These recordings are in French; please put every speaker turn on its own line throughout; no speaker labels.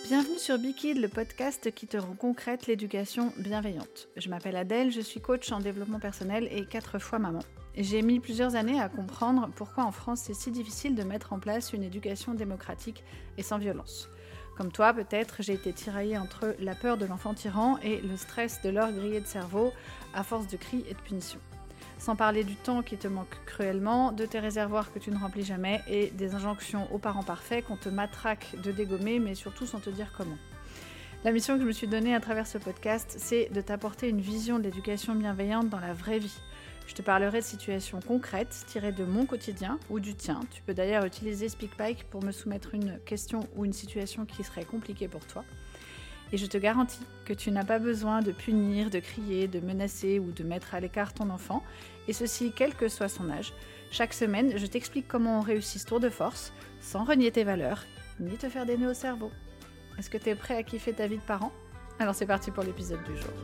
Bienvenue sur Bikid, le podcast qui te rend concrète l'éducation bienveillante. Je m'appelle Adèle, je suis coach en développement personnel et 4 fois maman. J'ai mis plusieurs années à comprendre pourquoi en France c'est si difficile de mettre en place une éducation démocratique et sans violence. Comme toi, peut-être, j'ai été tiraillée entre la peur de l'enfant tyran et le stress de l'or grillé de cerveau à force de cris et de punitions. Sans parler du temps qui te manque cruellement, de tes réservoirs que tu ne remplis jamais et des injonctions aux parents parfaits qu'on te matraque de dégommer, mais surtout sans te dire comment. La mission que je me suis donnée à travers ce podcast, c'est de t'apporter une vision de l'éducation bienveillante dans la vraie vie. Je te parlerai de situations concrètes tirées de mon quotidien ou du tien. Tu peux d'ailleurs utiliser SpeakPipe pour me soumettre une question ou une situation qui serait compliquée pour toi. Et je te garantis que tu n'as pas besoin de punir, de crier, de menacer ou de mettre à l'écart ton enfant, et ceci quel que soit son âge. Chaque semaine, je t'explique comment on réussit ce tour de force, sans renier tes valeurs, ni te faire des nœuds au cerveau. Est-ce que tu es prêt à kiffer ta vie de parent ? Alors c'est parti pour l'épisode du jour.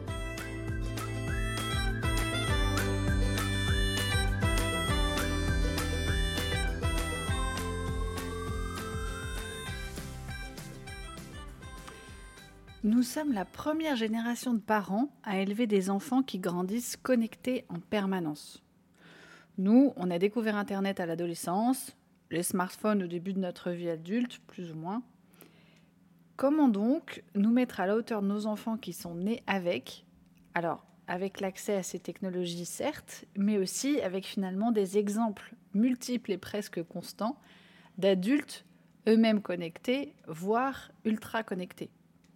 Nous sommes la première génération de parents à élever des enfants qui grandissent connectés en permanence. Nous, on a découvert Internet à l'adolescence, les smartphones au début de notre vie adulte, plus ou moins. Comment donc nous mettre à la hauteur de nos enfants qui sont nés avec, alors avec l'accès à ces technologies certes, mais aussi avec finalement des exemples multiples et presque constants d'adultes eux-mêmes connectés, voire ultra connectés.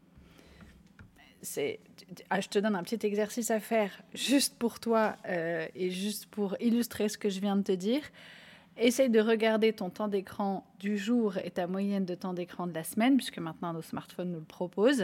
Je te donne un petit exercice à faire juste pour toi et juste pour illustrer ce que je viens de te dire. Essaye de regarder ton temps d'écran du jour et ta moyenne de temps d'écran de la semaine, puisque maintenant nos smartphones nous le proposent.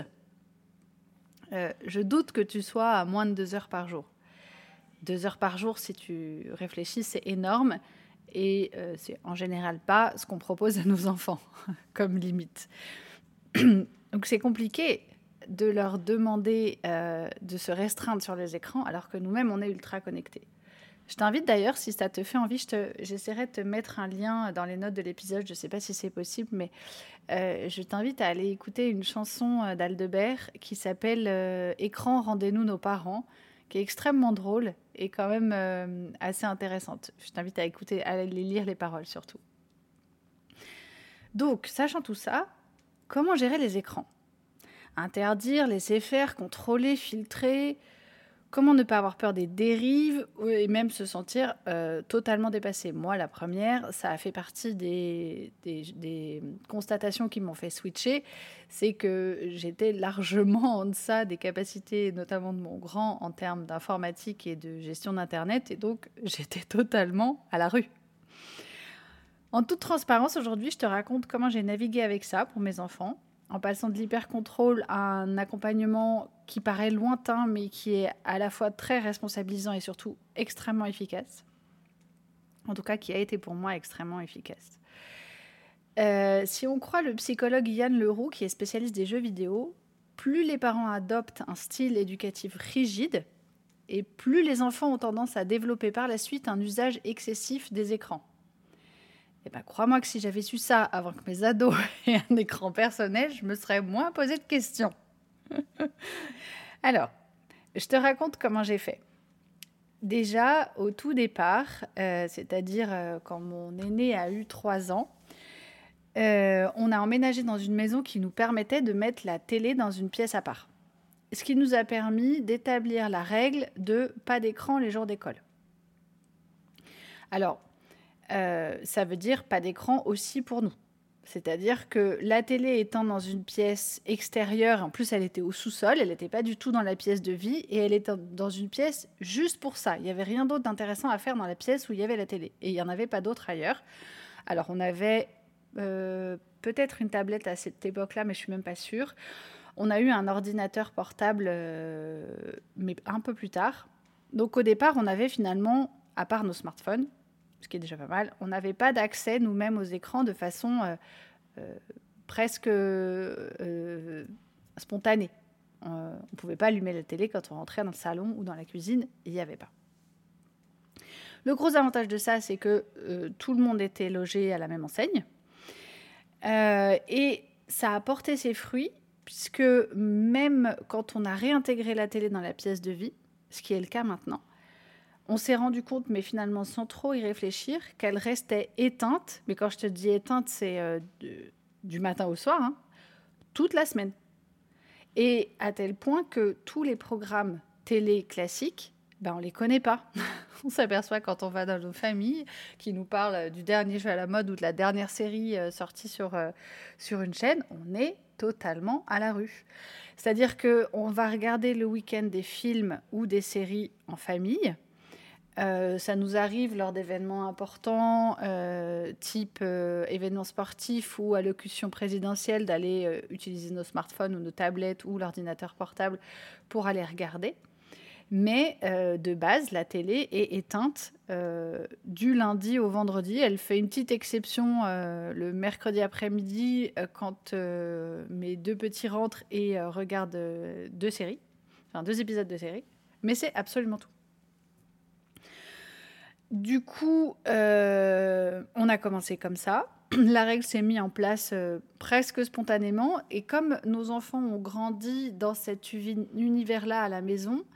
Je doute que tu sois à moins de 2 heures par jour. 2 heures par jour, si tu réfléchis, c'est énorme. Et c'est en général pas ce qu'on propose à nos enfants comme limite. Donc c'est compliqué de leur demander de se restreindre sur les écrans alors que nous-mêmes, on est ultra connectés. Je t'invite d'ailleurs, si ça te fait envie, j'essaierai de te mettre un lien dans les notes de l'épisode, je ne sais pas si c'est possible, mais je t'invite à aller écouter une chanson d'Aldebert qui s'appelle « Écran, rendez-nous nos parents », qui est extrêmement drôle et quand même assez intéressante. Je t'invite à écouter, à aller lire les paroles surtout. Donc, sachant tout ça, comment gérer les écrans ? Interdire, laisser faire, contrôler, filtrer. Comment ne pas avoir peur des dérives et même se sentir totalement dépassé. Moi, la première, ça a fait partie des constatations qui m'ont fait switcher. C'est que j'étais largement en deçà des capacités, notamment de mon grand, en termes d'informatique et de gestion d'Internet. Et donc, j'étais totalement à la rue. En toute transparence, aujourd'hui, je te raconte comment j'ai navigué avec ça pour mes enfants, en passant de l'hyper-contrôle à un accompagnement qui paraît lointain, mais qui est à la fois très responsabilisant et surtout extrêmement efficace. En tout cas, qui a été pour moi extrêmement efficace. Si on croit le psychologue Yann Leroux, qui est spécialiste des jeux vidéo, plus les parents adoptent un style éducatif rigide, et plus les enfants ont tendance à développer par la suite un usage excessif des écrans. Eh ben, crois-moi que si j'avais su ça avant que mes ados aient un écran personnel, je me serais moins posé de questions. Alors, je te raconte comment j'ai fait. Déjà, au tout départ, c'est-à-dire quand mon aîné a eu 3 ans, on a emménagé dans une maison qui nous permettait de mettre la télé dans une pièce à part. Ce qui nous a permis d'établir la règle de pas d'écran les jours d'école. Alors, ça veut dire pas d'écran aussi pour nous. C'est-à-dire que la télé étant dans une pièce extérieure, en plus elle était au sous-sol, elle n'était pas du tout dans la pièce de vie et elle était dans une pièce juste pour ça. Il n'y avait rien d'autre d'intéressant à faire dans la pièce où il y avait la télé. Et il n'y en avait pas d'autre ailleurs. Alors on avait peut-être une tablette à cette époque-là, mais je ne suis même pas sûre. On a eu un ordinateur portable, mais un peu plus tard. Donc au départ, on avait finalement, à part nos smartphones, ce qui est déjà pas mal, on n'avait pas d'accès nous-mêmes aux écrans de façon presque spontanée. On ne pouvait pas allumer la télé quand on rentrait dans le salon ou dans la cuisine, il n'y avait pas. Le gros avantage de ça, c'est que tout le monde était logé à la même enseigne. Et ça a porté ses fruits puisque même quand on a réintégré la télé dans la pièce de vie, ce qui est le cas maintenant, on s'est rendu compte, mais finalement sans trop y réfléchir, qu'elle restait éteinte. Mais quand je te dis éteinte, c'est du matin au soir, hein, toute la semaine. Et à tel point que tous les programmes télé classiques, on ne les connaît pas. On s'aperçoit quand on va dans nos familles qui nous parlent du dernier jeu à la mode ou de la dernière série sortie sur une chaîne, on est totalement à la rue. C'est-à-dire qu'on va regarder le week-end des films ou des séries en famille. Ça nous arrive lors d'événements importants, type événements sportifs ou allocution présidentielle, d'aller utiliser nos smartphones ou nos tablettes ou l'ordinateur portable pour aller regarder. Mais de base, la télé est éteinte du lundi au vendredi. Elle fait une petite exception le mercredi après-midi quand mes deux petits rentrent et regardent deux épisodes de série. Mais c'est absolument tout. Du coup, on a commencé comme ça. La règle s'est mise en place presque spontanément. Et comme nos enfants ont grandi dans cet univers-là à la maison,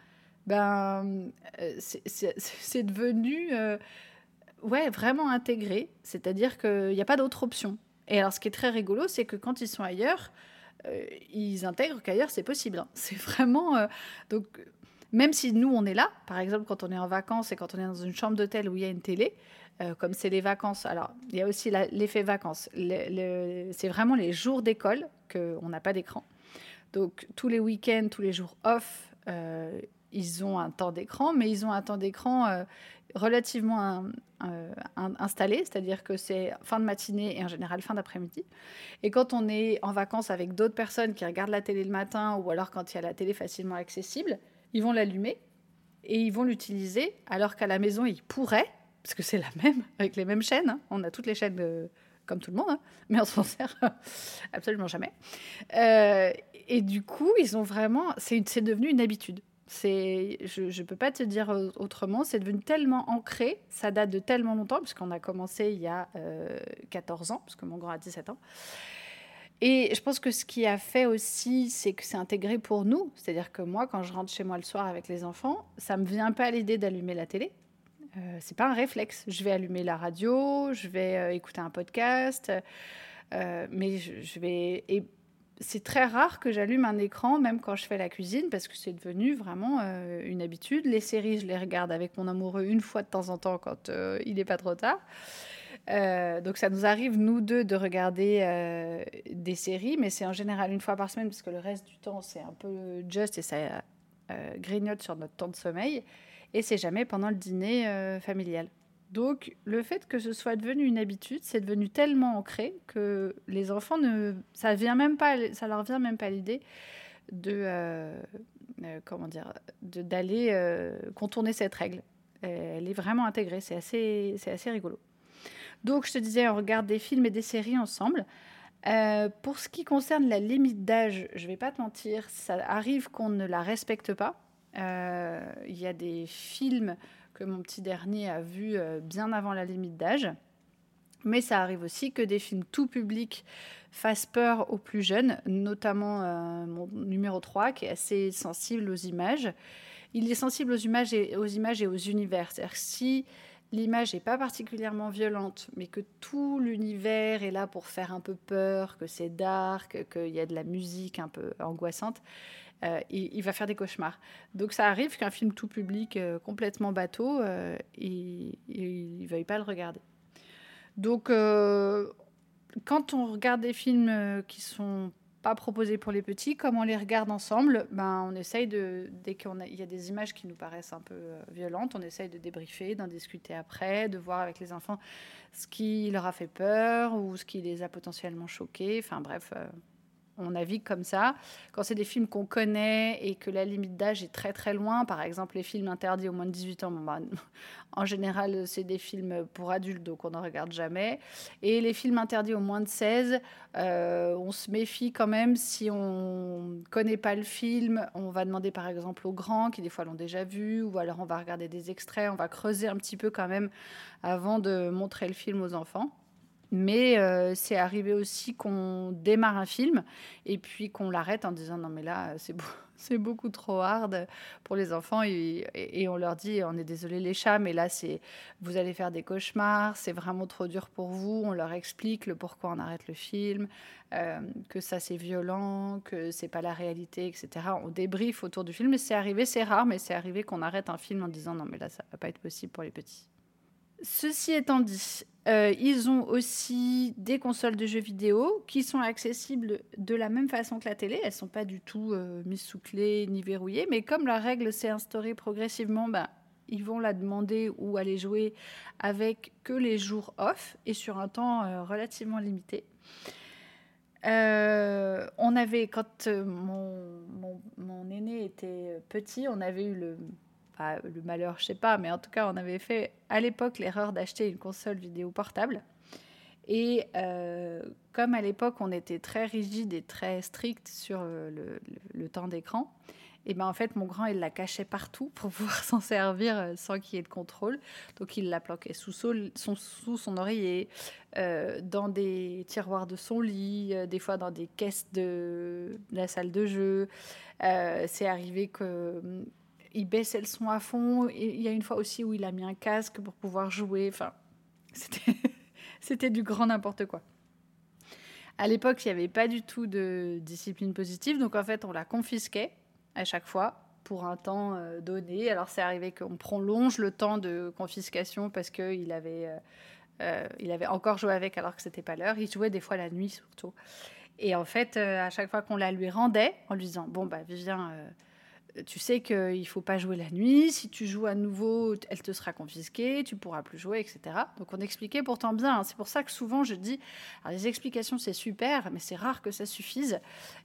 c'est devenu vraiment intégré. C'est-à-dire qu'il n'y a pas d'autre option. Et alors, ce qui est très rigolo, c'est que quand ils sont ailleurs, ils intègrent qu'ailleurs, c'est possible. Hein. C'est vraiment... donc, même si nous, on est là, par exemple, quand on est en vacances et quand on est dans une chambre d'hôtel où il y a une télé, comme c'est les vacances, alors il y a aussi l'effet vacances. C'est vraiment les jours d'école qu'on n'a pas d'écran. Donc, tous les week-ends, tous les jours off, ils ont un temps d'écran, mais ils ont un temps d'écran relativement installé, c'est-à-dire que c'est fin de matinée et en général fin d'après-midi. Et quand on est en vacances avec d'autres personnes qui regardent la télé le matin ou alors quand il y a la télé facilement accessible, ils vont l'allumer et ils vont l'utiliser, alors qu'à la maison, ils pourraient, parce que c'est la même, avec les mêmes chaînes. Hein. On a toutes les chaînes comme tout le monde, hein, mais on s'en sert absolument jamais. Et du coup, ils ont vraiment... C'est devenu une habitude. Je ne peux pas te dire autrement, c'est devenu tellement ancré, ça date de tellement longtemps, puisqu'on a commencé il y a 14 ans, parce que mon grand a 17 ans. Et je pense que ce qui a fait aussi, c'est que c'est intégré pour nous. C'est-à-dire que moi, quand je rentre chez moi le soir avec les enfants, ça ne me vient pas à l'idée d'allumer la télé. C'est pas un réflexe. Je vais allumer la radio, je vais écouter un podcast, mais je vais... Et c'est très rare que j'allume un écran, même quand je fais la cuisine, parce que c'est devenu vraiment une habitude. Les séries, je les regarde avec mon amoureux une fois de temps en temps quand il n'est pas trop tard. Donc ça nous arrive, nous deux, de regarder des séries, mais c'est en général une fois par semaine, parce que le reste du temps, c'est un peu juste et ça grignote sur notre temps de sommeil. Et c'est jamais pendant le dîner familial. Donc le fait que ce soit devenu une habitude, c'est devenu tellement ancré que les enfants, ça leur vient même pas à l'idée d'aller contourner cette règle. Elle est vraiment intégrée, c'est assez rigolo. Donc, je te disais, on regarde des films et des séries ensemble. Pour ce qui concerne la limite d'âge, je ne vais pas te mentir, ça arrive qu'on ne la respecte pas. Il y a des films que mon petit dernier a vus bien avant la limite d'âge. Mais ça arrive aussi que des films tout publics fassent peur aux plus jeunes, notamment mon numéro 3, qui est assez sensible aux images. Il est sensible aux images et aux univers. C'est-à-dire que si l'image n'est pas particulièrement violente, mais que tout l'univers est là pour faire un peu peur, que c'est dark, qu'il y a de la musique un peu angoissante, il va faire des cauchemars. Donc ça arrive qu'un film tout public complètement bateau, il ne veuille pas le regarder. Donc quand on regarde des films qui sont pas proposés pour les petits, comme on les regarde ensemble, on essaye dès qu'il y a des images qui nous paraissent un peu violentes, on essaye de débriefer, d'en discuter après, de voir avec les enfants ce qui leur a fait peur ou ce qui les a potentiellement choqués. Enfin bref, on navigue comme ça. Quand c'est des films qu'on connaît et que la limite d'âge est très très loin, par exemple les films interdits aux moins de 18 ans, en général c'est des films pour adultes, donc on n'en regarde jamais. Et les films interdits aux moins de 16, on se méfie quand même. Si on ne connaît pas le film, on va demander par exemple aux grands qui des fois l'ont déjà vu, ou alors on va regarder des extraits, on va creuser un petit peu quand même avant de montrer le film aux enfants. Mais c'est arrivé aussi qu'on démarre un film et puis qu'on l'arrête en disant: «Non mais là, c'est beaucoup trop hard pour les enfants» et on leur dit: «On est désolé les chats, mais là, vous allez faire des cauchemars, c'est vraiment trop dur pour vous». On leur explique le pourquoi on arrête le film, que ça c'est violent, que c'est pas la réalité et cetera. On débriefe autour du film et c'est arrivé, c'est rare, mais c'est arrivé qu'on arrête un film en disant: «Non mais là, ça va pas être possible pour les petits». Ceci étant dit, ils ont aussi des consoles de jeux vidéo qui sont accessibles de la même façon que la télé. Elles sont pas du tout, mises sous clé ni verrouillées, mais comme la règle s'est instaurée progressivement, bah, ils vont la demander ou aller jouer avec que les jours off et sur un temps, relativement limité. On avait quand, mon aîné était petit, on avait eu le malheur, je sais pas, mais en tout cas, on avait fait à l'époque l'erreur d'acheter une console vidéo portable. Et comme à l'époque, on était très rigide et très strict sur le temps d'écran, et ben en fait, mon grand, il la cachait partout pour pouvoir s'en servir sans qu'il y ait de contrôle. Donc, il la planquait sous son oreiller, dans des tiroirs de son lit, des fois dans des caisses de la salle de jeu. C'est arrivé que il baissait le son à fond. Et il y a une fois aussi où il a mis un casque pour pouvoir jouer. Enfin, c'était, c'était du grand n'importe quoi. À l'époque, il n'y avait pas du tout de discipline positive. Donc, en fait, on la confisquait à chaque fois pour un temps donné. Alors, c'est arrivé qu'on prolonge le temps de confiscation parce qu'il il avait encore joué avec alors que c'était pas l'heure. Il jouait des fois la nuit surtout. Et en fait, à chaque fois qu'on la lui rendait, en lui disant: «Bon, bah, Vivien, tu sais qu'il ne faut pas jouer la nuit. Si tu joues à nouveau, elle te sera confisquée, tu ne pourras plus jouer, etc.» Donc on expliquait pourtant bien. Hein. C'est pour ça que souvent je dis, alors les explications c'est super, mais c'est rare que ça suffise.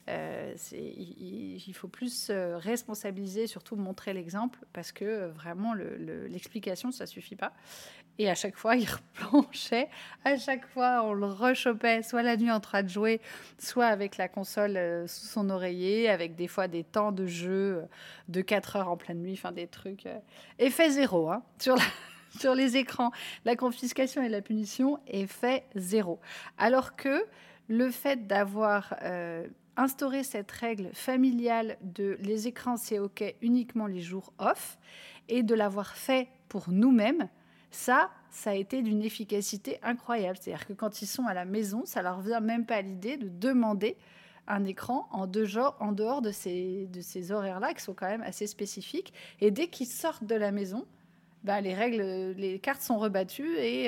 Il faut plus responsabiliser, surtout montrer l'exemple, parce que vraiment l'explication ça suffit pas. Et à chaque fois, il replanchait. À chaque fois, on le rechopait, soit la nuit en train de jouer, soit avec la console sous son oreiller, avec des fois des temps de jeu de 4 heures en pleine nuit, enfin des trucs. Effet zéro, hein, sur les écrans. La confiscation et la punition, effet zéro. Alors que le fait d'avoir instauré cette règle familiale de les écrans, c'est OK uniquement les jours off, et de l'avoir fait pour nous-mêmes, ça a été d'une efficacité incroyable. C'est-à-dire que quand ils sont à la maison, ça leur vient même pas à l'idée de demander un écran en dehors de ces horaires-là qui sont quand même assez spécifiques. Et dès qu'ils sortent de la maison, ben les cartes sont rebattues et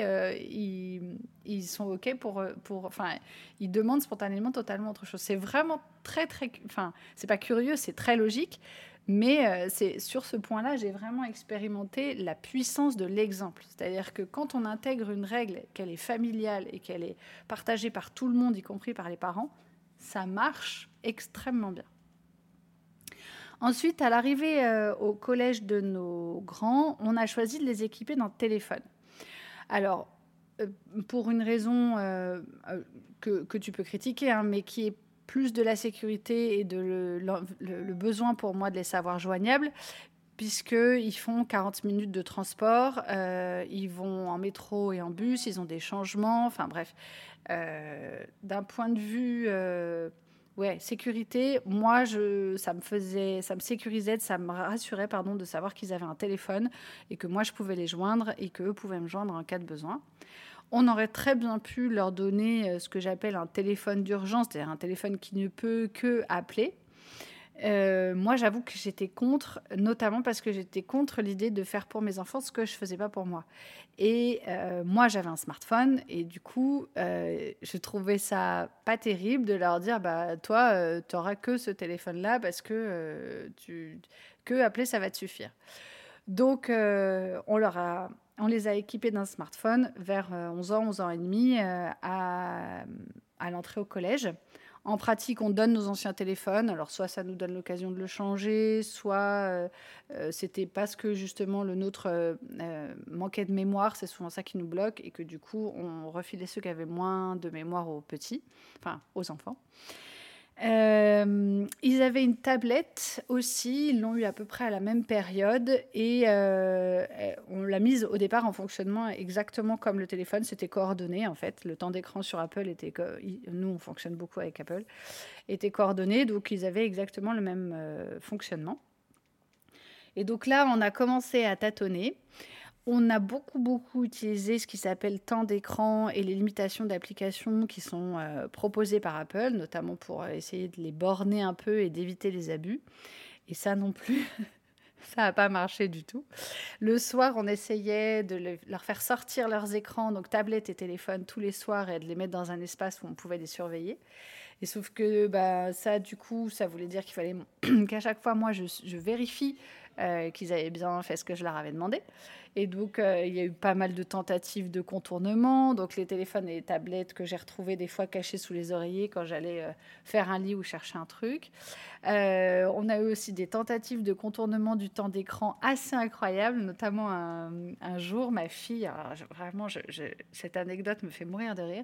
ils sont OK enfin, ils demandent spontanément totalement autre chose. C'est vraiment très, très, enfin, c'est pas curieux, c'est très logique. Mais c'est sur ce point-là, j'ai vraiment expérimenté la puissance de l'exemple. C'est-à-dire que quand on intègre une règle, qu'elle est familiale et qu'elle est partagée par tout le monde, y compris par les parents, ça marche extrêmement bien. Ensuite, à l'arrivée au collège de nos grands, on a choisi de les équiper d'un téléphone. Alors, pour une raison que tu peux critiquer, hein, mais qui est plus de la sécurité et de le besoin pour moi de les savoir joignables, puisqu'ils font 40 minutes de transport, ils vont en métro et en bus, ils ont des changements, enfin bref. D'un point de vue sécurité, moi, ça me sécurisait, ça me rassurait pardon, de savoir qu'ils avaient un téléphone et que moi, je pouvais les joindre et qu'eux pouvaient me joindre en cas de besoin. On aurait très bien pu leur donner ce que j'appelle un téléphone d'urgence, c'est-à-dire un téléphone qui ne peut que appeler. Moi, j'avoue que j'étais contre, notamment parce que j'étais contre l'idée de faire pour mes enfants ce que je ne faisais pas pour moi. Et moi, j'avais un smartphone et du coup, je trouvais ça pas terrible de leur dire bah, toi, tu n'auras que ce téléphone-là parce que que appeler, ça va te suffire. Donc, on les a équipés d'un smartphone vers 11 ans, 11 ans et demi à l'entrée au collège. En pratique, on donne nos anciens téléphones. Alors, soit ça nous donne l'occasion de le changer, soit c'était parce que justement le nôtre manquait de mémoire. C'est souvent ça qui nous bloque et que du coup, on refilait ceux qui avaient moins de mémoire aux petits, enfin aux enfants. Ils avaient une tablette aussi, ils l'ont eu à peu près à la même période et on l'a mise au départ en fonctionnement exactement comme le téléphone, c'était coordonné en fait. Le temps d'écran sur Apple était nous on fonctionne beaucoup avec Apple, était coordonné, donc ils avaient exactement le même fonctionnement. Et donc là, on a commencé à tâtonner. On a beaucoup, beaucoup utilisé ce qui s'appelle temps d'écran et les limitations d'applications qui sont proposées par Apple, notamment pour essayer de les borner un peu et d'éviter les abus. Et ça non plus, ça n'a pas marché du tout. Le soir, on essayait de leur faire sortir leurs écrans, donc tablettes et téléphones, tous les soirs et de les mettre dans un espace où on pouvait les surveiller. Et sauf que ça, du coup, ça voulait dire qu'il fallait qu'à chaque fois, moi, je vérifie qu'ils avaient bien fait ce que je leur avais demandé. Et donc, il y a eu pas mal de tentatives de contournement. Donc, les téléphones et les tablettes que j'ai retrouvés des fois cachés sous les oreillers quand j'allais faire un lit ou chercher un truc. On a eu aussi des tentatives de contournement du temps d'écran assez incroyables, notamment un jour, ma fille, alors, vraiment, cette anecdote me fait mourir de rire.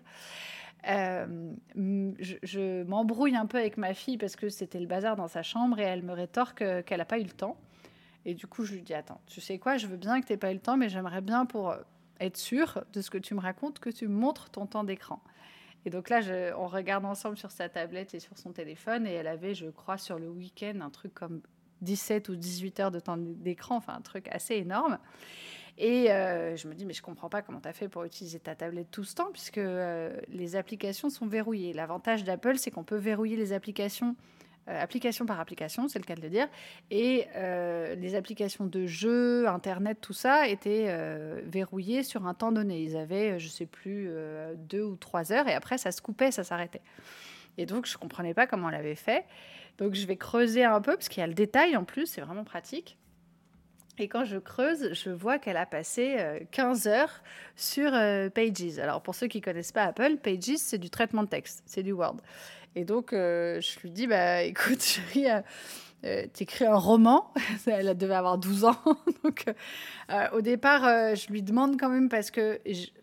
Je m'embrouille un peu avec ma fille parce que c'était le bazar dans sa chambre et elle me rétorque qu'elle n'a pas eu le temps. Et du coup, je lui dis, attends, tu sais quoi, je veux bien que tu n'aies pas eu le temps, mais j'aimerais bien pour être sûre de ce que tu me racontes, que tu me montres ton temps d'écran. Et donc là, on regarde ensemble sur sa tablette et sur son téléphone et elle avait, je crois, sur le week-end, un truc comme 17 ou 18 heures de temps d'écran, enfin un truc assez énorme. Et je me dis, mais je comprends pas comment tu as fait pour utiliser ta tablette tout ce temps, puisque les applications sont verrouillées. L'avantage d'Apple, c'est qu'on peut verrouiller les applications, application par application, c'est le cas de le dire. Et les applications de jeux, Internet, tout ça, étaient verrouillées sur un temps donné. Ils avaient, je sais plus, 2 ou 3 heures, et après, ça se coupait, ça s'arrêtait. Et donc, je comprenais pas comment on l'avait fait. Donc, je vais creuser un peu, parce qu'il y a le détail en plus, c'est vraiment pratique. Et quand je creuse, je vois qu'elle a passé 15 heures sur Pages. Alors, pour ceux qui ne connaissent pas Apple, Pages, c'est du traitement de texte, c'est du Word. Et donc, je lui dis, bah, écoute, chérie, t'écris un roman. Elle devait avoir 12 ans. Donc, au départ, je lui demande quand même parce que...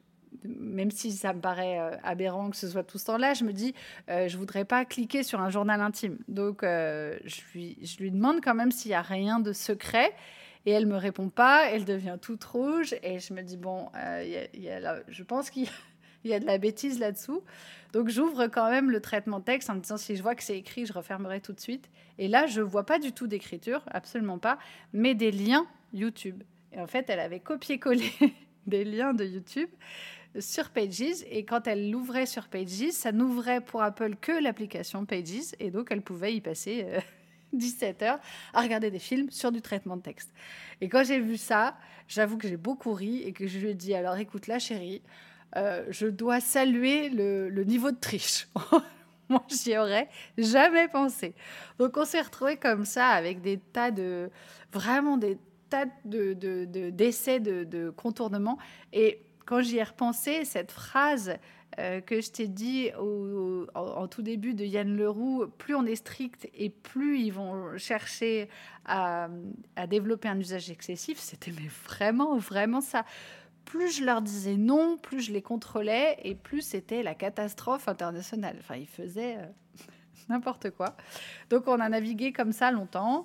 même si ça me paraît aberrant que ce soit tout ce temps-là, je me dis, je voudrais pas cliquer sur un journal intime. Donc, je lui demande quand même s'il n'y a rien de secret. Et elle me répond pas, elle devient toute rouge. Et je me dis, bon, je pense qu'il y a de la bêtise là-dessous. Donc, j'ouvre quand même le traitement de texte en me disant, si je vois que c'est écrit, je refermerai tout de suite. Et là, je vois pas du tout d'écriture, absolument pas, mais des liens YouTube. Et en fait, elle avait copié-collé des liens de YouTube sur Pages, et quand elle l'ouvrait sur Pages, ça n'ouvrait pour Apple que l'application Pages, et donc elle pouvait y passer 17 heures à regarder des films sur du traitement de texte. Et quand j'ai vu ça, j'avoue que j'ai beaucoup ri et que je lui ai dit, alors écoute là chérie, je dois saluer le niveau de triche. Moi, j'y aurais jamais pensé. Donc, on s'est retrouvés comme ça avec des tas de... Vraiment des tas d'essais de contournement. Et quand j'y ai repensé, cette phrase que je t'ai dit en tout début de Yann Leroux, plus on est strict et plus ils vont chercher à développer un usage excessif, c'était mais vraiment, vraiment ça. Plus je leur disais non, plus je les contrôlais et plus c'était la catastrophe internationale. Enfin, ils faisaient n'importe quoi. Donc, on a navigué comme ça longtemps.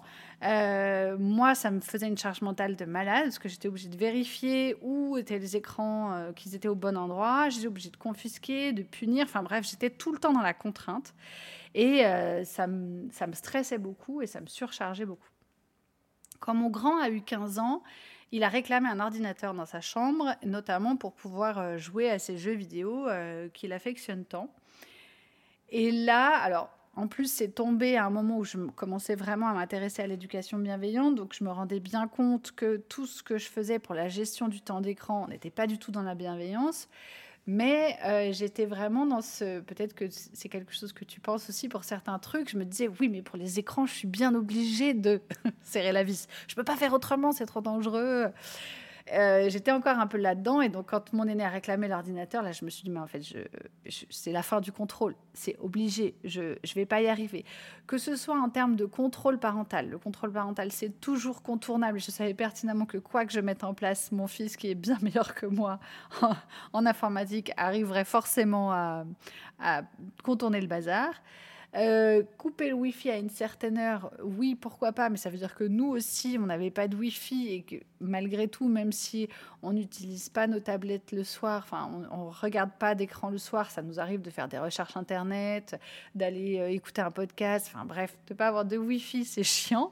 Moi, ça me faisait une charge mentale de malade parce que j'étais obligée de vérifier où étaient les écrans, qu'ils étaient au bon endroit. J'étais obligée de confisquer, de punir. Enfin bref, j'étais tout le temps dans la contrainte. Et ça me stressait beaucoup et ça me surchargeait beaucoup. Quand mon grand a eu 15 ans, il a réclamé un ordinateur dans sa chambre, notamment pour pouvoir jouer à ses jeux vidéo qu'il affectionne tant. Et là, alors, en plus, c'est tombé à un moment où je commençais vraiment à m'intéresser à l'éducation bienveillante, donc je me rendais bien compte que tout ce que je faisais pour la gestion du temps d'écran n'était pas du tout dans la bienveillance. Mais j'étais vraiment dans ce... Peut-être que c'est quelque chose que tu penses aussi pour certains trucs. Je me disais, oui, mais pour les écrans, je suis bien obligée de serrer la vis. Je ne peux pas faire autrement, c'est trop dangereux. J'étais encore un peu là-dedans. Et donc, quand mon aîné a réclamé l'ordinateur, là, je me suis dit, mais en fait, c'est la fin du contrôle. C'est obligé. Je ne vais pas y arriver. Que ce soit en termes de contrôle parental. Le contrôle parental, c'est toujours contournable. Je savais pertinemment que quoi que je mette en place, mon fils, qui est bien meilleur que moi en informatique, arriverait forcément à contourner le bazar. Couper le Wi-Fi à une certaine heure, oui, pourquoi pas, mais ça veut dire que nous aussi, on n'avait pas de Wi-Fi et que malgré tout, même si on n'utilise pas nos tablettes le soir, enfin, on ne regarde pas d'écran le soir, ça nous arrive de faire des recherches Internet, d'aller écouter un podcast, enfin bref, de ne pas avoir de Wi-Fi, c'est chiant.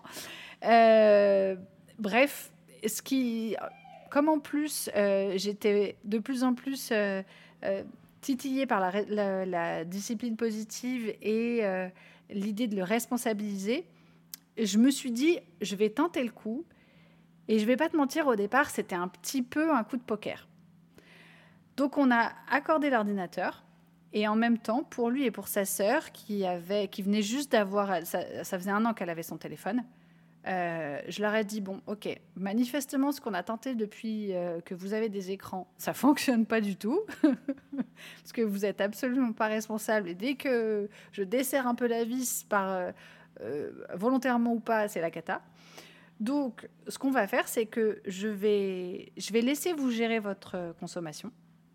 Bref, ce qui... Comme en plus, j'étais de plus en plus titillée par la discipline positive et l'idée de le responsabiliser, je me suis dit, je vais tenter le coup. Et je ne vais pas te mentir, au départ, c'était un petit peu un coup de poker. Donc, on a accordé l'ordinateur. Et en même temps, pour lui et pour sa sœur, qui venait juste d'avoir... Ça faisait 1 an qu'elle avait son téléphone. Je leur ai dit, bon, ok, manifestement, ce qu'on a tenté depuis que vous avez des écrans, ça fonctionne pas du tout, parce que vous êtes absolument pas responsable. Et dès que je desserre un peu la vis, volontairement ou pas, c'est la cata. Donc, ce qu'on va faire, c'est que je vais laisser vous gérer votre consommation.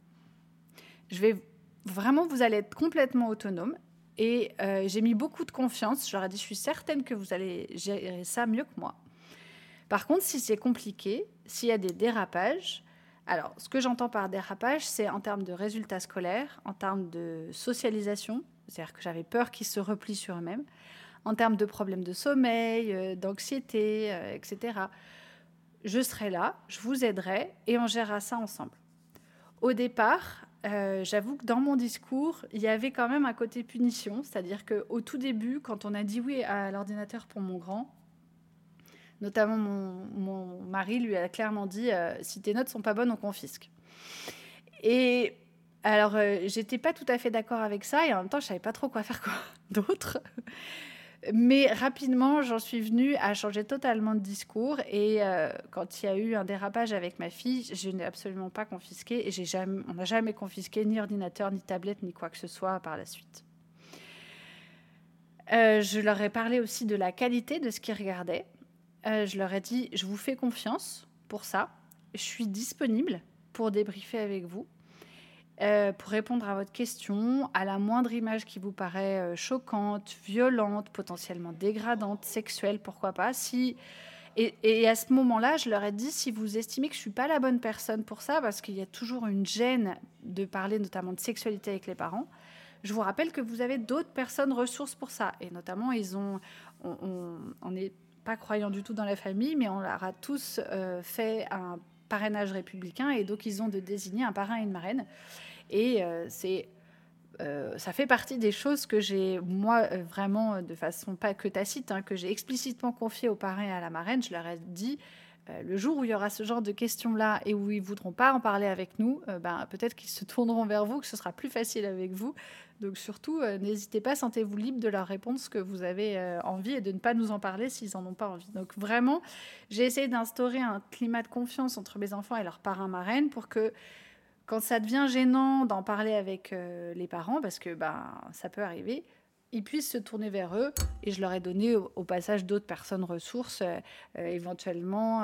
Vous allez être complètement autonome. Et j'ai mis beaucoup de confiance. Je leur ai dit, je suis certaine que vous allez gérer ça mieux que moi. Par contre, si c'est compliqué, s'il y a des dérapages, alors ce que j'entends par dérapage, c'est en termes de résultats scolaires, en termes de socialisation, c'est-à-dire que j'avais peur qu'ils se replient sur eux-mêmes, en termes de problèmes de sommeil, d'anxiété, etc. Je serai là, je vous aiderai et on gérera ça ensemble. Au départ, j'avoue que dans mon discours, il y avait quand même un côté punition, c'est-à-dire qu'au tout début, quand on a dit oui à l'ordinateur pour mon grand, notamment mon mari lui a clairement dit si tes notes sont pas bonnes, on confisque. Et alors, j'étais pas tout à fait d'accord avec ça et en même temps, je savais pas trop quoi faire d'autre. Mais rapidement, j'en suis venue à changer totalement de discours. Et quand il y a eu un dérapage avec ma fille, je n'ai absolument pas confisqué. Et on n'a jamais confisqué ni ordinateur, ni tablette, ni quoi que ce soit par la suite. Je leur ai parlé aussi de la qualité de ce qu'ils regardaient. Je leur ai dit, je vous fais confiance pour ça. Je suis disponible pour débriefer avec vous. Pour répondre à votre question, à la moindre image qui vous paraît choquante, violente, potentiellement dégradante, sexuelle, pourquoi pas. Et à ce moment-là, je leur ai dit, si vous estimez que je ne suis pas la bonne personne pour ça, parce qu'il y a toujours une gêne de parler notamment de sexualité avec les parents, je vous rappelle que vous avez d'autres personnes ressources pour ça. Et notamment, on n'est pas croyant du tout dans la famille, mais on leur a tous fait un parrainage républicain, et donc ils ont de désigner un parrain et une marraine. Et ça fait partie des choses que j'ai, moi, vraiment, de façon pas que tacite, que j'ai explicitement confié aux parrains et à la marraine. Je leur ai dit, le jour où il y aura ce genre de questions-là et où ils ne voudront pas en parler avec nous, peut-être qu'ils se tourneront vers vous, que ce sera plus facile avec vous. Donc surtout, n'hésitez pas, sentez-vous libre de leur répondre ce que vous avez envie et de ne pas nous en parler s'ils n'en ont pas envie. Donc vraiment, j'ai essayé d'instaurer un climat de confiance entre mes enfants et leurs parrains-marraines pour que, quand ça devient gênant d'en parler avec les parents, parce que ça peut arriver, ils puissent se tourner vers eux. Et je leur ai donné au passage d'autres personnes ressources, éventuellement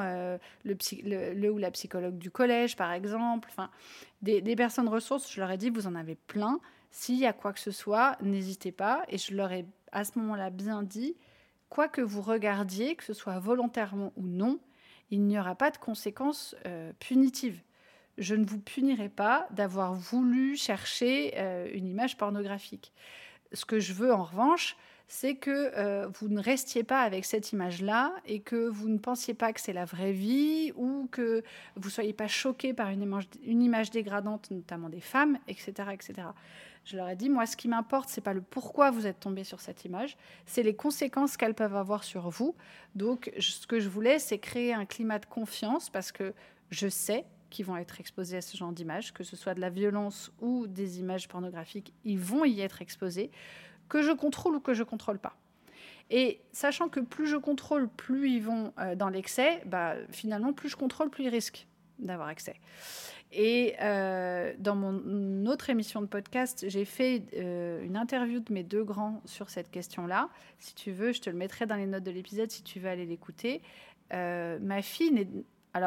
le ou la psychologue du collège, par exemple. Enfin, des personnes ressources, je leur ai dit, vous en avez plein. S'il y a quoi que ce soit, n'hésitez pas. Et je leur ai à ce moment-là bien dit, quoi que vous regardiez, que ce soit volontairement ou non, il n'y aura pas de conséquences punitives. Je ne vous punirai pas d'avoir voulu chercher une image pornographique. Ce que je veux, en revanche, c'est que vous ne restiez pas avec cette image-là et que vous ne pensiez pas que c'est la vraie vie ou que vous ne soyez pas choqués par une image dégradante, notamment des femmes, etc., etc. Je leur ai dit, moi, ce qui m'importe, ce n'est pas le pourquoi vous êtes tombés sur cette image, c'est les conséquences qu'elles peuvent avoir sur vous. Donc, ce que je voulais, c'est créer un climat de confiance parce que je sais qui vont être exposés à ce genre d'images, que ce soit de la violence ou des images pornographiques, ils vont y être exposés, que je contrôle ou que je ne contrôle pas. Et sachant que plus je contrôle, plus ils vont dans l'excès, finalement, plus je contrôle, plus ils risquent d'avoir accès. Et dans mon autre émission de podcast, j'ai fait une interview de mes 2 grands sur cette question-là. Si tu veux, je te le mettrai dans les notes de l'épisode si tu veux aller l'écouter. Ma fille n'est... Alors,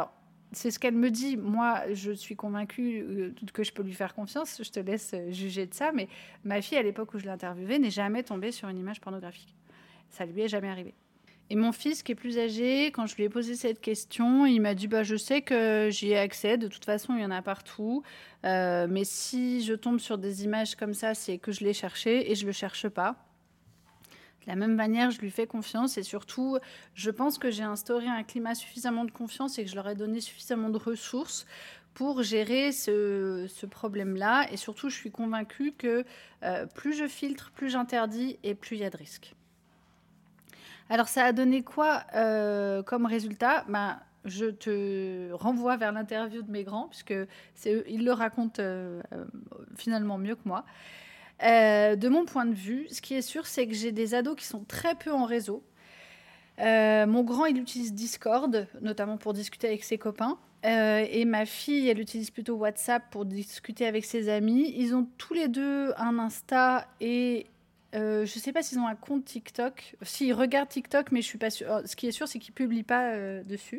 c'est ce qu'elle me dit. Moi, je suis convaincue que je peux lui faire confiance. Je te laisse juger de ça. Mais ma fille, à l'époque où je l'ai interviewée, n'est jamais tombée sur une image pornographique. Ça lui est jamais arrivé. Et mon fils, qui est plus âgé, quand je lui ai posé cette question, il m'a dit je sais que j'y ai accès, de toute façon, il y en a partout. Mais si je tombe sur des images comme ça, c'est que je l'ai cherché et je ne le cherche pas. De la même manière, je lui fais confiance et surtout, je pense que j'ai instauré un climat suffisamment de confiance et que je leur ai donné suffisamment de ressources pour gérer ce problème-là. Et surtout, je suis convaincue que plus je filtre, plus j'interdis et plus il y a de risques. Alors, ça a donné quoi comme résultat? Je te renvoie vers l'interview de mes grands, puisque ils le racontent finalement mieux que moi. De mon point de vue, ce qui est sûr, c'est que j'ai des ados qui sont très peu en réseau. Mon grand, il utilise Discord, notamment pour discuter avec ses copains. Et ma fille, elle utilise plutôt WhatsApp pour discuter avec ses amis. Ils ont tous les deux un Insta et je ne sais pas s'ils ont un compte TikTok. Si, ils regardent TikTok, mais je suis pas sûre. Ce qui est sûr, c'est qu'ils ne publient pas dessus.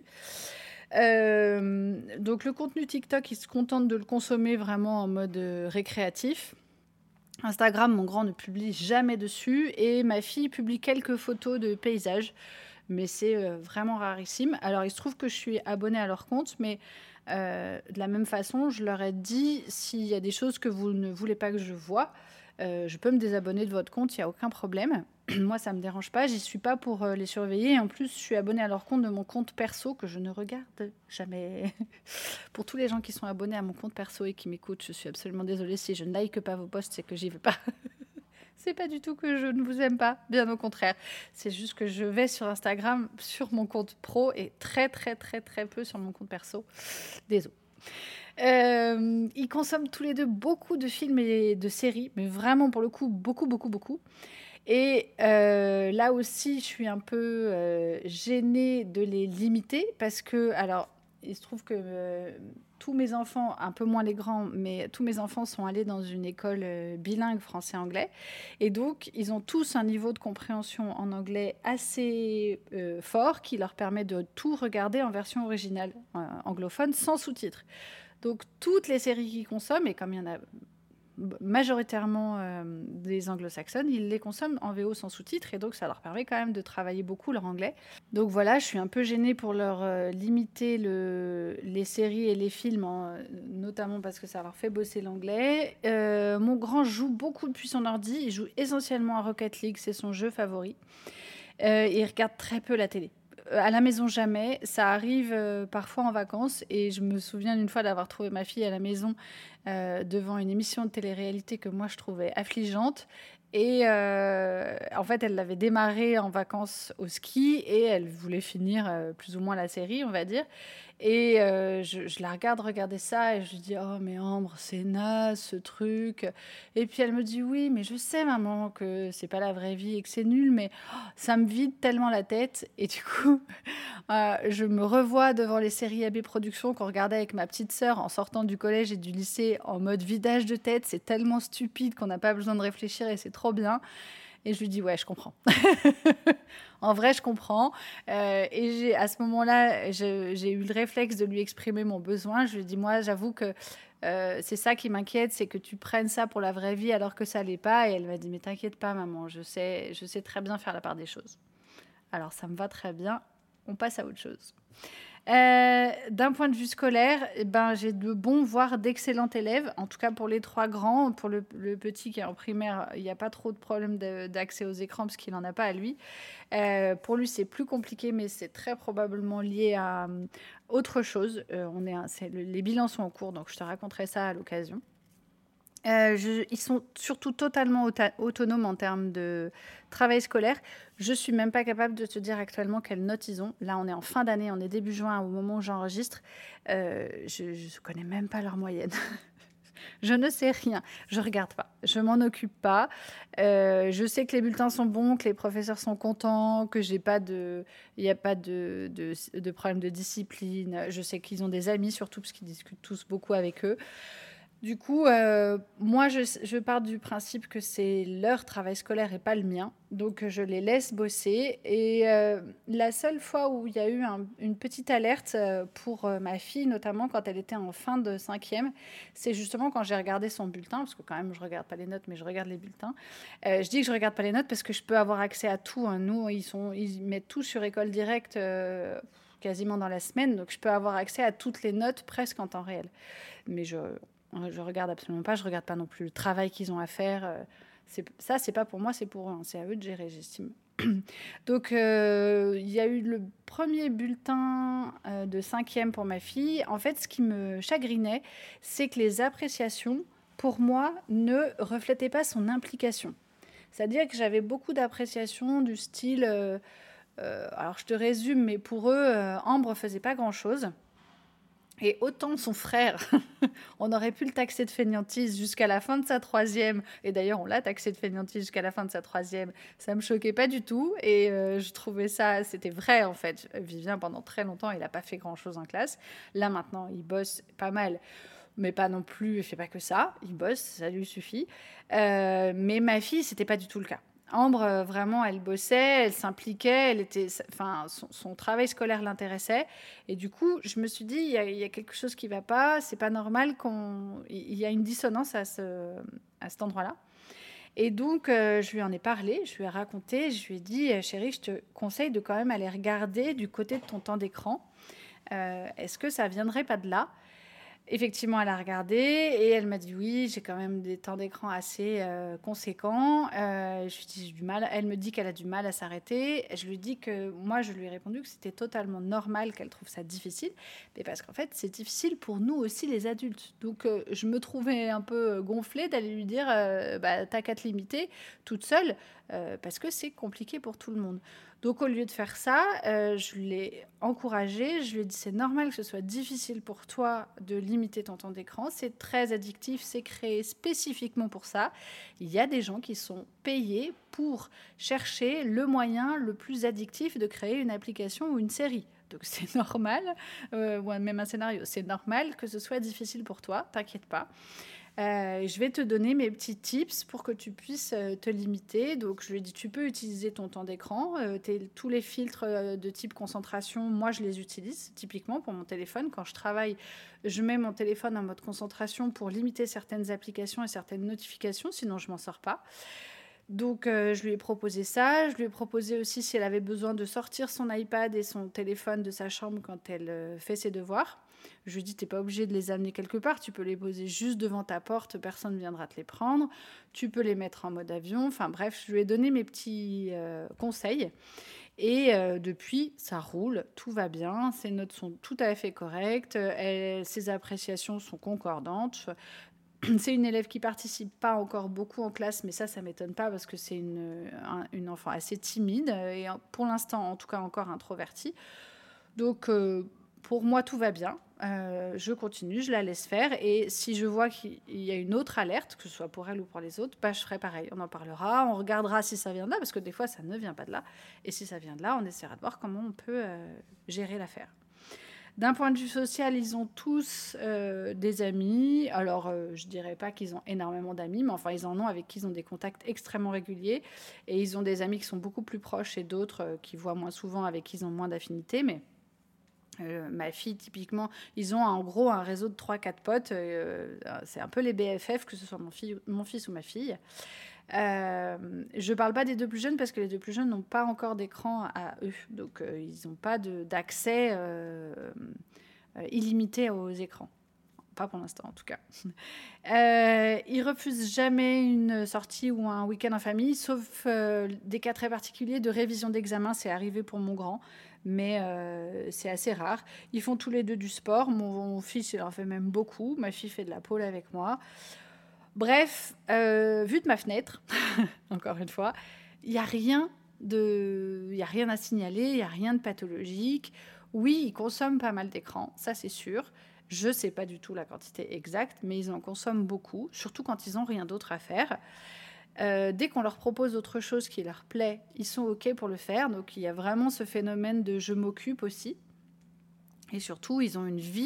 Donc le contenu TikTok, ils se contentent de le consommer vraiment en mode récréatif. Instagram, mon grand ne publie jamais dessus. Et ma fille publie quelques photos de paysages. Mais c'est vraiment rarissime. Alors, il se trouve que je suis abonnée à leur compte, mais de la même façon, je leur ai dit, s'il y a des choses que vous ne voulez pas que je voie, je peux me désabonner de votre compte, il n'y a aucun problème. Moi, ça ne me dérange pas, j'y suis pas pour les surveiller. Et en plus, je suis abonnée à leur compte de mon compte perso, que je ne regarde jamais. Pour tous les gens qui sont abonnés à mon compte perso et qui m'écoutent, je suis absolument désolée. Si je ne like pas vos posts, c'est que j'y vais pas. C'est pas du tout que je ne vous aime pas, bien au contraire. C'est juste que je vais sur Instagram, sur mon compte pro et très peu sur mon compte perso. Désolé. Ils consomment tous les deux beaucoup de films et de séries, mais vraiment pour le coup, beaucoup. Et là aussi, je suis un peu gênée de les limiter parce que, alors, il se trouve que tous mes enfants, un peu moins les grands, mais tous mes enfants sont allés dans une école bilingue français-anglais. Et donc, ils ont tous un niveau de compréhension en anglais assez fort qui leur permet de tout regarder en version originale anglophone sans sous-titres. Donc, toutes les séries qu'ils consomment, et comme il y en a majoritairement des anglo-saxonnes, ils les consomment en VO sans sous-titres et donc ça leur permet quand même de travailler beaucoup leur anglais. Donc voilà, je suis un peu gênée pour leur limiter les séries et les films, notamment parce que ça leur fait bosser l'anglais. Mon grand joue beaucoup depuis son ordi, il joue essentiellement à Rocket League, c'est son jeu favori. Il regarde très peu la télé. À la maison, jamais. Ça arrive parfois en vacances. Et je me souviens d'une fois d'avoir trouvé ma fille à la maison devant une émission de télé-réalité que moi, je trouvais affligeante. Et en fait, elle l'avait démarré en vacances au ski et elle voulait finir plus ou moins la série, on va dire. Et je la regarde regarder ça et je lui dis oh mais Ambre c'est naze ce truc. Et puis elle me dit oui mais je sais maman que c'est pas la vraie vie et que c'est nul mais ça me vide tellement la tête. Et du coup je me revois devant les séries AB Productions qu'on regardait avec ma petite sœur en sortant du collège et du lycée en mode vidage de tête. C'est tellement stupide qu'on n'a pas besoin de réfléchir et c'est trop bien. Et je lui dis, ouais, je comprends. En vrai, je comprends. Et à ce moment-là, j'ai eu le réflexe de lui exprimer mon besoin. Je lui ai dit, moi, j'avoue que c'est ça qui m'inquiète, c'est que tu prennes ça pour la vraie vie alors que ça l'est pas. Et elle m'a dit, mais t'inquiète pas, maman, je sais très bien faire la part des choses. Alors, ça me va très bien. On passe à autre chose. D'un point de vue scolaire, j'ai de bons, voire d'excellents élèves. En tout cas, pour les 3 grands. Pour le petit qui est en primaire, il n'y a pas trop de problème d'accès aux écrans parce qu'il n'en a pas à lui. Pour lui, c'est plus compliqué, mais c'est très probablement lié à autre chose. Les bilans sont en cours, donc je te raconterai ça à l'occasion. Ils sont surtout totalement autonomes en termes de travail scolaire. Je ne suis même pas capable de te dire actuellement quelles notes ils ont. Là, on est en fin d'année, on est début juin au moment où j'enregistre. Je ne connais même pas leur moyenne. Je ne sais rien. Je ne regarde pas. Je ne m'en occupe pas. Je sais que les bulletins sont bons, que les professeurs sont contents, qu'il n'y a pas de problème de discipline. Je sais qu'ils ont des amis, surtout parce qu'ils discutent tous beaucoup avec eux. Du coup, moi, je pars du principe que c'est leur travail scolaire et pas le mien. Donc, je les laisse bosser. Et la seule fois où il y a eu une petite alerte pour ma fille, notamment quand elle était en fin de cinquième, c'est justement quand j'ai regardé son bulletin, parce que quand même, je regarde pas les notes, mais je regarde les bulletins. Je dis que je regarde pas les notes parce que je peux avoir accès à tout, hein. Nous, ils mettent tout sur École Directe quasiment dans la semaine. Donc, je peux avoir accès à toutes les notes presque en temps réel. Mais je regarde absolument pas, je regarde pas non plus le travail qu'ils ont à faire. Ça, c'est pas pour moi, c'est pour eux, hein. C'est à eux de gérer, j'estime. Donc, il y a eu le premier bulletin de cinquième pour ma fille. En fait, ce qui me chagrinait, c'est que les appréciations, pour moi, ne reflétaient pas son implication. C'est-à-dire que j'avais beaucoup d'appréciations du style... alors, je te résume, mais pour eux, Ambre faisait pas grand-chose. Et autant son frère, on aurait pu le taxer de fainéantise jusqu'à la fin de sa troisième. Et d'ailleurs, on l'a taxé de fainéantise jusqu'à la fin de sa troisième. Ça me choquait pas du tout. Et je trouvais ça, c'était vrai en fait. Vivien, pendant très longtemps, il n'a pas fait grand-chose en classe. Là, maintenant, il bosse pas mal. Mais pas non plus, il fait pas que ça. Il bosse, ça lui suffit. Mais ma fille, c'était pas du tout le cas. Ambre, vraiment, elle bossait, elle s'impliquait, enfin, son travail scolaire l'intéressait. Et du coup, je me suis dit, il y a quelque chose qui ne va pas, c'est pas normal il y a une dissonance à cet endroit-là. Et donc, je lui en ai parlé, je lui ai raconté, je lui ai dit, chérie, je te conseille de quand même aller regarder du côté de ton temps d'écran. Est-ce que ça viendrait pas de là? Effectivement, elle a regardé et elle m'a dit oui, j'ai quand même des temps d'écran assez conséquents. Je lui dis, j'ai du mal. Elle me dit qu'elle a du mal à s'arrêter. Je lui dis que moi, je lui ai répondu que c'était totalement normal qu'elle trouve ça difficile, mais parce qu'en fait, c'est difficile pour nous aussi les adultes. Donc, je me trouvais un peu gonflée d'aller lui dire, bah, t'as qu'à te limiter toute seule, parce que c'est compliqué pour tout le monde. Donc au lieu de faire ça, je l'ai encouragée, je lui ai dit c'est normal que ce soit difficile pour toi de limiter ton temps d'écran, c'est très addictif, c'est créé spécifiquement pour ça. Il y a des gens qui sont payés pour chercher le moyen le plus addictif de créer une application ou une série. Donc c'est normal, ou même un scénario, c'est normal que ce soit difficile pour toi, t'inquiète pas. Je vais te donner mes petits tips pour que tu puisses te limiter. Donc, je lui ai dit, tu peux utiliser ton temps d'écran. Tous les filtres de type concentration, moi, je les utilise typiquement pour mon téléphone. Quand je travaille, je mets mon téléphone en mode concentration pour limiter certaines applications et certaines notifications, sinon je m'en sors pas. Donc, je lui ai proposé ça. Je lui ai proposé aussi si elle avait besoin de sortir son iPad et son téléphone de sa chambre quand elle fait ses devoirs. Je lui ai dit, t'es pas obligé de les amener quelque part, tu peux les poser juste devant ta porte, personne ne viendra te les prendre. Tu peux les mettre en mode avion. Enfin bref, je lui ai donné mes petits conseils. Et depuis, ça roule, tout va bien, ses notes sont tout à fait correctes, ses appréciations sont concordantes. C'est une élève qui participe pas encore beaucoup en classe, mais ça m'étonne pas parce que c'est une enfant assez timide et pour l'instant, en tout cas, encore introvertie. Donc, pour moi, tout va bien. Je continue, je la laisse faire. Et si je vois qu'il y a une autre alerte, que ce soit pour elle ou pour les autres, bah, je ferai pareil. On en parlera, on regardera si ça vient de là, parce que des fois, ça ne vient pas de là. Et si ça vient de là, on essaiera de voir comment on peut gérer l'affaire. D'un point de vue social, ils ont tous des amis. Alors, je dirais pas qu'ils ont énormément d'amis, mais enfin, ils en ont avec qui ils ont des contacts extrêmement réguliers. Et ils ont des amis qui sont beaucoup plus proches et d'autres qui voient moins souvent, avec qui ils ont moins d'affinité. Mais ma fille, typiquement, ils ont en gros un réseau de 3-4 potes. C'est un peu les BFF, que ce soit mon fils ou ma fille. Je parle pas des deux plus jeunes parce que les deux plus jeunes n'ont pas encore d'écran à eux. Donc, ils n'ont pas d'accès illimité aux écrans. Pas pour l'instant, en tout cas. Ils refusent jamais une sortie ou un week-end en famille, sauf des cas très particuliers de révision d'examen. C'est arrivé pour mon grand, mais c'est assez rare. Ils font tous les deux du sport. Mon fils, il en fait même beaucoup. Ma fille fait de la pole avec moi. Bref, vu de ma fenêtre, encore une fois, il n'y a rien à signaler, il n'y a rien de pathologique. Oui, ils consomment pas mal d'écran, ça c'est sûr. Je ne sais pas du tout la quantité exacte, mais ils en consomment beaucoup, surtout quand ils n'ont rien d'autre à faire. Dès qu'on leur propose autre chose qui leur plaît, ils sont OK pour le faire. Donc il y a vraiment ce phénomène de je m'occupe aussi. Et surtout, ils ont une vie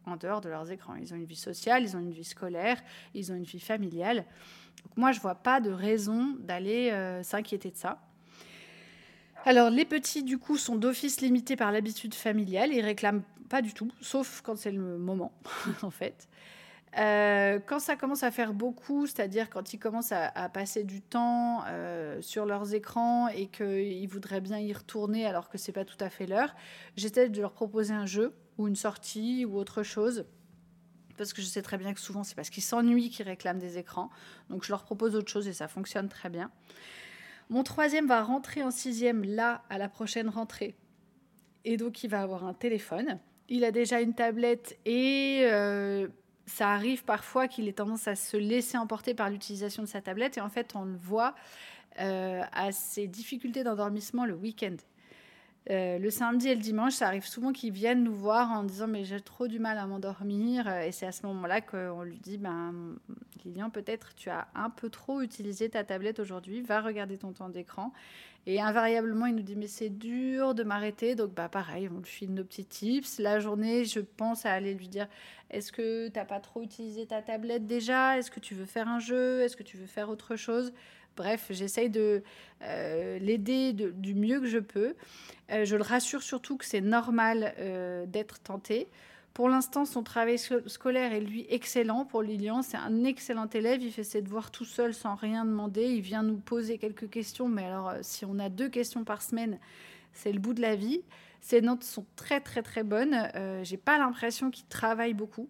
en dehors de leurs écrans. Ils ont une vie sociale, ils ont une vie scolaire, ils ont une vie familiale. Donc moi, je ne vois pas de raison d'aller s'inquiéter de ça. Alors, les petits, du coup, sont d'office limités par l'habitude familiale. Ils réclament pas du tout, sauf quand c'est le moment, en fait. Quand ça commence à faire beaucoup, c'est-à-dire quand ils commencent à passer du temps sur leurs écrans et qu'ils voudraient bien y retourner alors que c'est pas tout à fait l'heure, j'essaie de leur proposer un jeu ou une sortie ou autre chose. Parce que je sais très bien que souvent, c'est parce qu'ils s'ennuient qu'ils réclament des écrans. Donc, je leur propose autre chose et ça fonctionne très bien. Mon troisième va rentrer en 6e là, à la prochaine rentrée. Et donc, il va avoir un téléphone. Il a déjà une tablette et ça arrive parfois qu'il ait tendance à se laisser emporter par l'utilisation de sa tablette. Et en fait, on le voit à ses difficultés d'endormissement le week-end. Le samedi et le dimanche, ça arrive souvent qu'ils viennent nous voir en disant « mais j'ai trop du mal à m'endormir ». Et c'est à ce moment-là qu'on lui dit « Lilian, peut-être tu as un peu trop utilisé ta tablette aujourd'hui, va regarder ton temps d'écran ». Et invariablement, il nous dit « mais c'est dur de m'arrêter ». Donc pareil, on lui file nos petits tips. La journée, je pense à aller lui dire « est-ce que tu n'as pas trop utilisé ta tablette déjà ? Est-ce que tu veux faire un jeu ? Est-ce que tu veux faire autre chose ?» Bref, j'essaye de l'aider du mieux que je peux. Je le rassure surtout que c'est normal d'être tenté. Pour l'instant, son travail scolaire est, lui, excellent. Pour Lilian, c'est un excellent élève. Il fait ses devoirs tout seul, sans rien demander. Il vient nous poser quelques questions. Mais alors, si on a 2 questions par semaine, c'est le bout de la vie. Ses notes sont très, très, très bonnes. J'ai pas l'impression qu'il travaille beaucoup.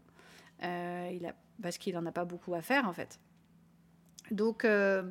Parce qu'il n'en a pas beaucoup à faire, en fait. Donc...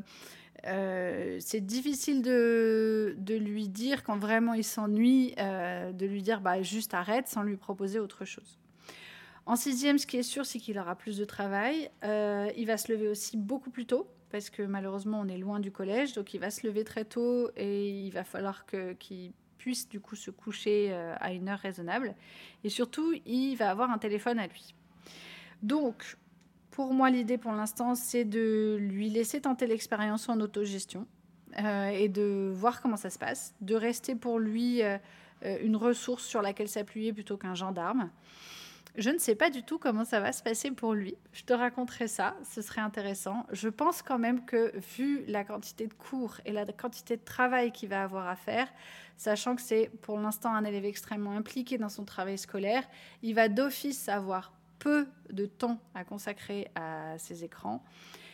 c'est difficile de lui dire quand vraiment il s'ennuie, de lui dire juste arrête sans lui proposer autre chose. En 6e, ce qui est sûr, c'est qu'il aura plus de travail. Il va se lever aussi beaucoup plus tôt parce que malheureusement, on est loin du collège. Donc, il va se lever très tôt et il va falloir qu'il puisse du coup se coucher à une heure raisonnable. Et surtout, il va avoir un téléphone à lui. Donc... pour moi, l'idée pour l'instant, c'est de lui laisser tenter l'expérience en autogestion et de voir comment ça se passe, de rester pour lui une ressource sur laquelle s'appuyer plutôt qu'un gendarme. Je ne sais pas du tout comment ça va se passer pour lui. Je te raconterai ça, ce serait intéressant. Je pense quand même que, vu la quantité de cours et la quantité de travail qu'il va avoir à faire, sachant que c'est pour l'instant un élève extrêmement impliqué dans son travail scolaire, il va d'office avoir peu de temps à consacrer à ces écrans.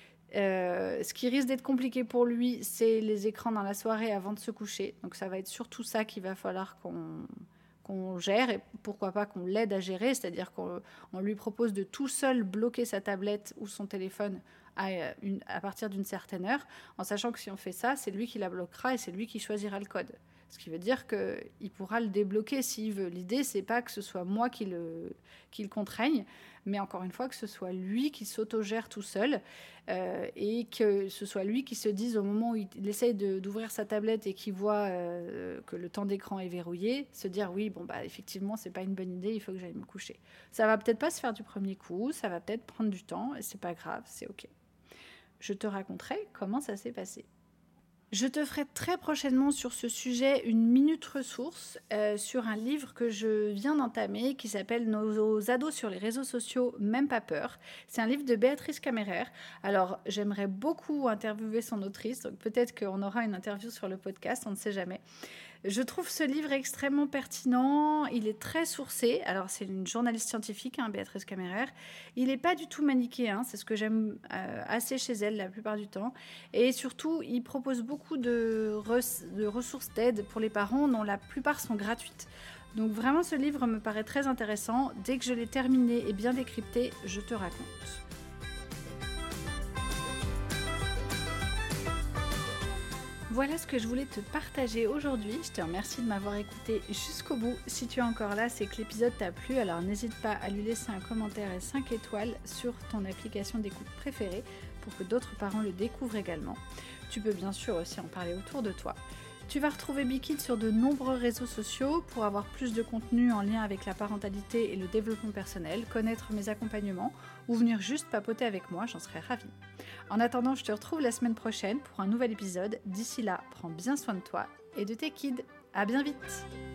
Ce qui risque d'être compliqué pour lui, c'est les écrans dans la soirée avant de se coucher. Donc ça va être surtout ça qu'il va falloir qu'on gère et pourquoi pas qu'on l'aide à gérer, c'est-à-dire qu'on lui propose de tout seul bloquer sa tablette ou son téléphone à partir d'une certaine heure, en sachant que si on fait ça, c'est lui qui la bloquera et c'est lui qui choisira le code. Ce qui veut dire qu'il pourra le débloquer s'il veut. L'idée, c'est pas que ce soit moi qui le contraigne, mais encore une fois, que ce soit lui qui s'autogère tout seul et que ce soit lui qui se dise au moment où il essaye d'ouvrir sa tablette et qu'il voit que le temps d'écran est verrouillé, se dire oui, effectivement, c'est pas une bonne idée, il faut que j'aille me coucher. Ça va peut-être pas se faire du premier coup, ça va peut-être prendre du temps et c'est pas grave, c'est ok. Je te raconterai comment ça s'est passé. Je te ferai très prochainement sur ce sujet une minute ressource sur un livre que je viens d'entamer qui s'appelle « Nos ados sur les réseaux sociaux, même pas peur ». C'est un livre de Béatrice Camérer. Alors, j'aimerais beaucoup interviewer son autrice, donc peut-être qu'on aura une interview sur le podcast, on ne sait jamais. Je trouve ce livre extrêmement pertinent, il est très sourcé. Alors, c'est une journaliste scientifique, Béatrice Camérer. Il n'est pas du tout manichéen, c'est ce que j'aime assez chez elle la plupart du temps. Et surtout, il propose beaucoup de ressources d'aide pour les parents, dont la plupart sont gratuites. Donc vraiment, ce livre me paraît très intéressant. Dès que je l'ai terminé et bien décrypté, je te raconte. Voilà ce que je voulais te partager aujourd'hui. Je te remercie de m'avoir écouté jusqu'au bout. Si tu es encore là, c'est que l'épisode t'a plu. Alors n'hésite pas à lui laisser un commentaire et 5 étoiles sur ton application d'écoute préférée pour que d'autres parents le découvrent également. Tu peux bien sûr aussi en parler autour de toi. Tu vas retrouver Bikid sur de nombreux réseaux sociaux pour avoir plus de contenu en lien avec la parentalité et le développement personnel, connaître mes accompagnements ou venir juste papoter avec moi, j'en serais ravie. En attendant, je te retrouve la semaine prochaine pour un nouvel épisode. D'ici là, prends bien soin de toi et de tes kids. À bien vite!